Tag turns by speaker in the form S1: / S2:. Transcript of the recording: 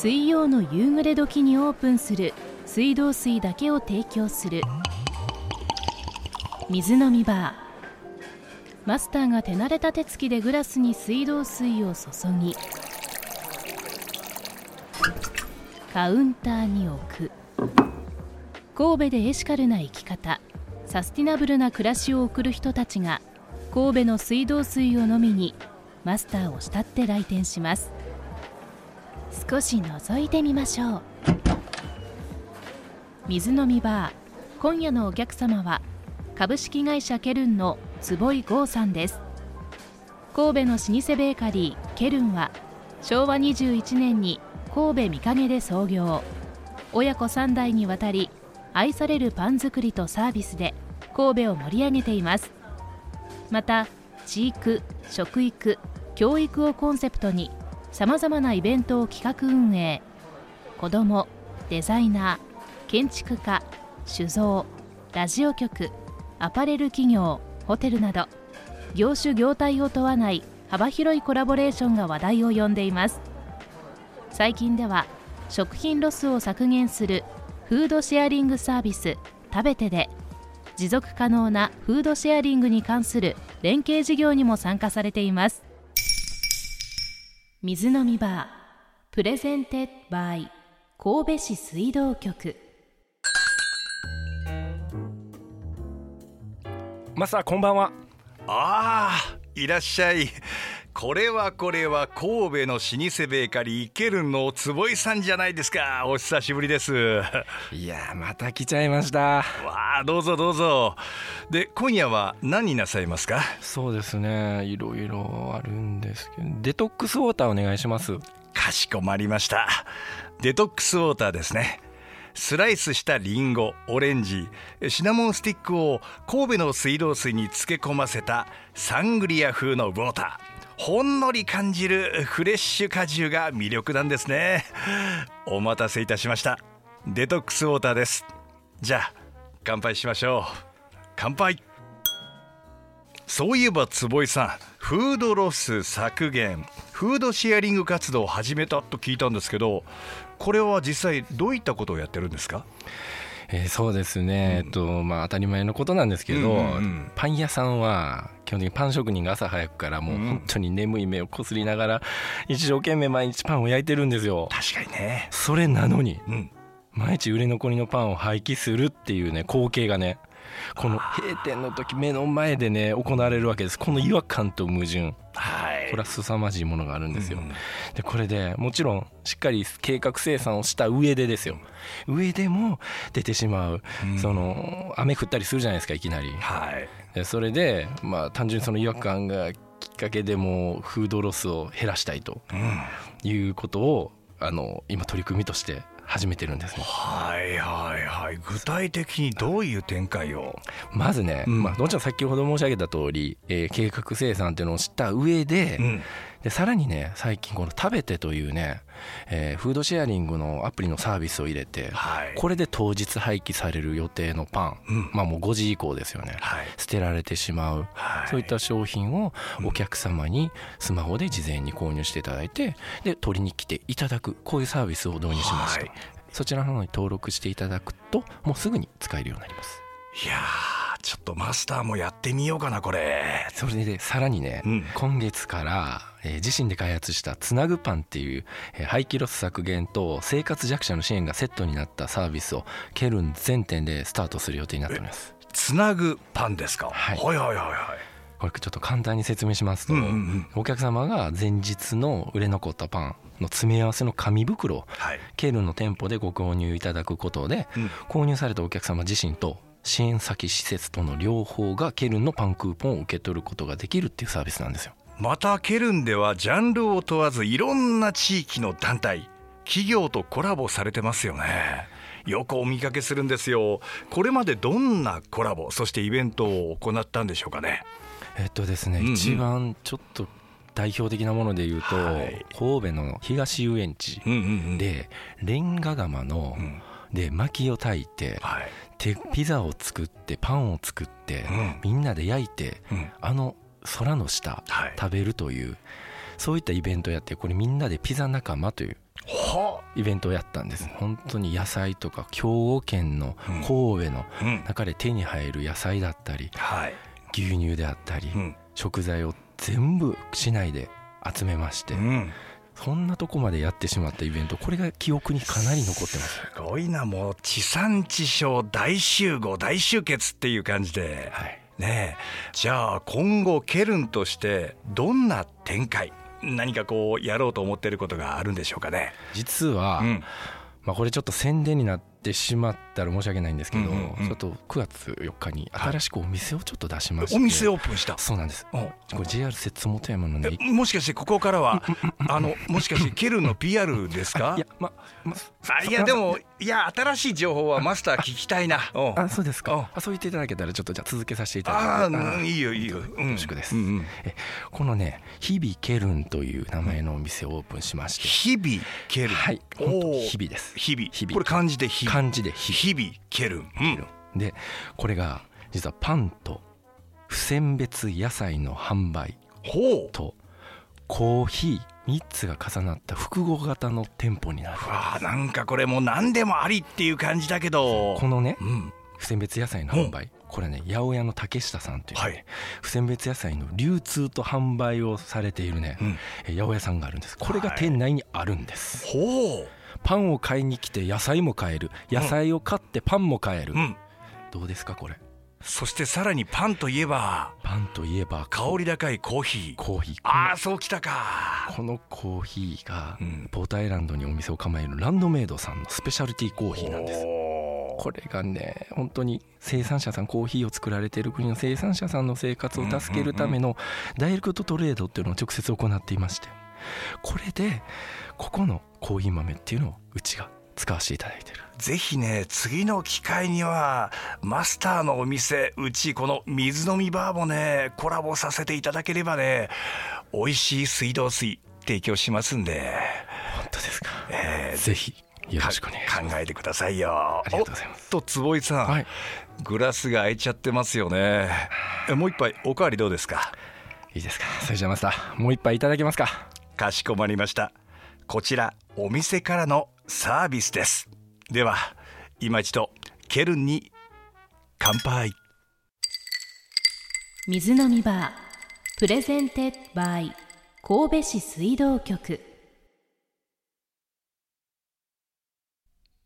S1: 水曜の夕暮れ時にオープンする水道水だけを提供する水飲みバー。マスターが手慣れた手つきでグラスに水道水を注ぎ、カウンターに置く。神戸でエシカルな生き方、サスティナブルな暮らしを送る人たちが神戸の水道水を飲みにマスターを慕って来店します。少し覗いてみましょう。水飲みバー、今夜のお客様は株式会社ケルンの坪井剛さんです。神戸の老舗ベーカリーケルンは昭和21年に神戸御影で創業。親子3代にわたり愛されるパン作りとサービスで神戸を盛り上げています。また知育、食育、教育をコンセプトにさまざまなイベントを企画運営。子ども、デザイナー、建築家、酒造、ラジオ局、アパレル企業、ホテルなど業種業態を問わない幅広いコラボレーションが話題を呼んでいます。最近では食品ロスを削減するフードシェアリングサービス食べてで持続可能なフードシェアリングに関する連携事業にも参加されています。水飲みバープレゼンテッドバイ神戸市水道局。
S2: マスターこんばんは。
S3: いらっしゃい。これは神戸の老舗ベーカリーケルンの坪井さんじゃないですか。お久しぶりです。
S2: いやまた来ちゃいました。
S3: わあ、どうぞどうぞ。で、今夜は何になさいますか？
S2: そうですね、いろいろあるんですけど、デトックスウォーターお願いします。
S3: かしこまりました。デトックスウォーターですね。スライスしたリンゴ、オレンジ、シナモンスティックを神戸の水道水に漬け込ませたサングリア風のウォーター。ほんのり感じるフレッシュ果汁が魅力なんですね。お待たせいたしました。デトックスウォーターです。じゃあ乾杯しましょう。乾杯。そういえば坪井さん、フードロス削減、フードシェアリング活動を始めたと聞いたんですけど、これは実際どういったことをやってるんですか？
S2: そうですね、当たり前のことなんですけど、パン屋さんは基本的にパン職人が朝早くからもう本当に眠い目をこすりながら一生懸命毎日パンを焼いてるんですよ。
S3: 確かにね。
S2: それなのに、毎日売れ残りのパンを廃棄するっていうね光景がね、この閉店の時目の前でね行われるわけです。この違和感と矛盾、これは凄まじいものがあるんですよ。でこれでもちろんしっかり計画生産をした上でですよ、上でも出てしまう、その雨降ったりするじゃないですかいきなり、でそれで単純にその違和感がきっかけでもフードロスを減らしたいということを今取り組みとして始めてるんですね。
S3: 具体的にどういう展開を？
S2: まずね、もちろん先ほど申し上げた通り、計画生産っていうのをした上で、でさらにね最近この食べてというね、フードシェアリングのアプリのサービスを入れて、これで当日廃棄される予定のパン、もう5時以降ですよね、捨てられてしまう、そういった商品をお客様にスマホで事前に購入していただいて、で取りに来ていただく、こういうサービスを導入しました。そちらの方に登録していただくともうすぐに使えるようになります。
S3: いやー、ちょっとマスターもやってみようかなこれ。
S2: それでさらにね、今月から、自身で開発したつなぐパンっていう、廃棄ロス削減と生活弱者の支援がセットになったサービスをケルン全店でスタートする予定になっております。
S3: つなぐパンですか？
S2: これちょっと簡単に説明しますと、お客様が前日の売れ残ったパンの詰め合わせの紙袋をケルンの店舗でご購入いただくことで、購入されたお客様自身と支援先施設との両方がケルンのパンクーポンを受け取ることができるっていうサービスなんですよ。
S3: またケルンではジャンルを問わずいろんな地域の団体、企業とコラボされてますよね。よくお見かけするんですよ。これまでどんなコラボ、そしてイベントを行ったんでしょうかね？
S2: ですね、一番ちょっと代表的なものでいうと、神戸の東遊園地でレンガ窯ので薪を焚いて、ピザを作ってパンを作って、みんなで焼いて、空の下食べるという、 そういったイベントをやって、これみんなでピザ仲間というイベントをやったんです。本当に野菜とか兵庫県の神戸の中で手に入る野菜だったり、牛乳であったり、食材を全部市内で集めまして、そんなとこまでやってしまったイベント、これが記憶にかなり残ってます。
S3: すごいな、もう地産地消大集合大集結っていう感じで、ねえ、じゃあ今後ケルンとしてどんな展開、何かこうやろうと思っていることがあるんでしょうかね。
S2: 実は、これちょっと宣伝になってしまったら申し訳ないんですけど、ちょっと9月4日に新しくお店をちょっと出しまして、
S3: お店オープンした。
S2: そうなんです。これ JR 摂津本山のね、
S3: もしかしてここからはもしかしてケルンの PR ですか？いやでも新しい情報はマスター聞きたいな。
S2: そうですか。そう言っていただけたらちょっとじゃあ続けさせていただきます。
S3: いいよいいよ、
S2: よろしくです。このね、日々ケルンという名前のお店をオープンしまして。
S3: 日々ケルン、
S2: はい、日々です。
S3: 日々、これ漢字で日々ケルン、
S2: でこれが実はパンと不選別野菜の販売とコーヒー3つが重なった複合型の店舗になる。
S3: なんかこれもう何でもありっていう感じだけど、
S2: このね、不選別野菜の販売、これね、八百屋の竹下さんというね、不選別野菜の流通と販売をされているね、八百屋さんがあるんです。これが店内にあるんです。パンを買いに来て野菜も買える、野菜を買ってパンも買える、どうですかこれ。
S3: そしてさらにパンといえば香り高いコーヒー。そうきたか。
S2: このコーヒーがポートアイランドにお店を構えるランドメイドさんのスペシャルティーコーヒーなんです。これがね、本当に生産者さん、コーヒーを作られている国の生産者さんの生活を助けるためのダイレクトトレードっていうのを直接行っていまして、これでここのコーヒー豆っていうのをうちが使わせていただいてる。
S3: ぜひね、次の機会にはマスターのお店、うちこの水飲みバーもねコラボさせていただければね、美味しい水道水提供しますんで。
S2: 本当ですか。ぜひよろしくお願いします。
S3: 考えてくださいよ。
S2: ありがとうございます。
S3: 坪井さん、グラスが空いちゃってますよね。もう一杯おかわりどうですか？
S2: いいですか。それじゃあマスター、もう一杯いただけますか？
S3: かしこまりました。こちらお店からのサービスです。では今一度ケルンに乾杯。
S1: 水飲みバープレゼンテッドバイ神戸市水道局。